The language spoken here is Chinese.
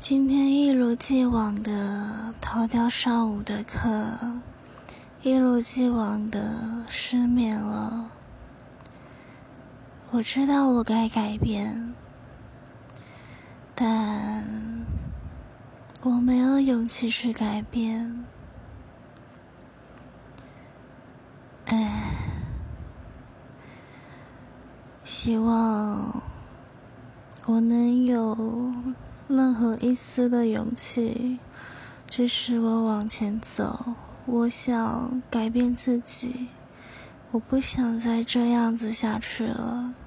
今天一如既往的逃掉上午的课，一如既往的失眠了。我知道我该改变，但我没有勇气去改变。希望我能有任何一丝的勇气，支持我往前走。我想改变自己，我不想再这样子下去了。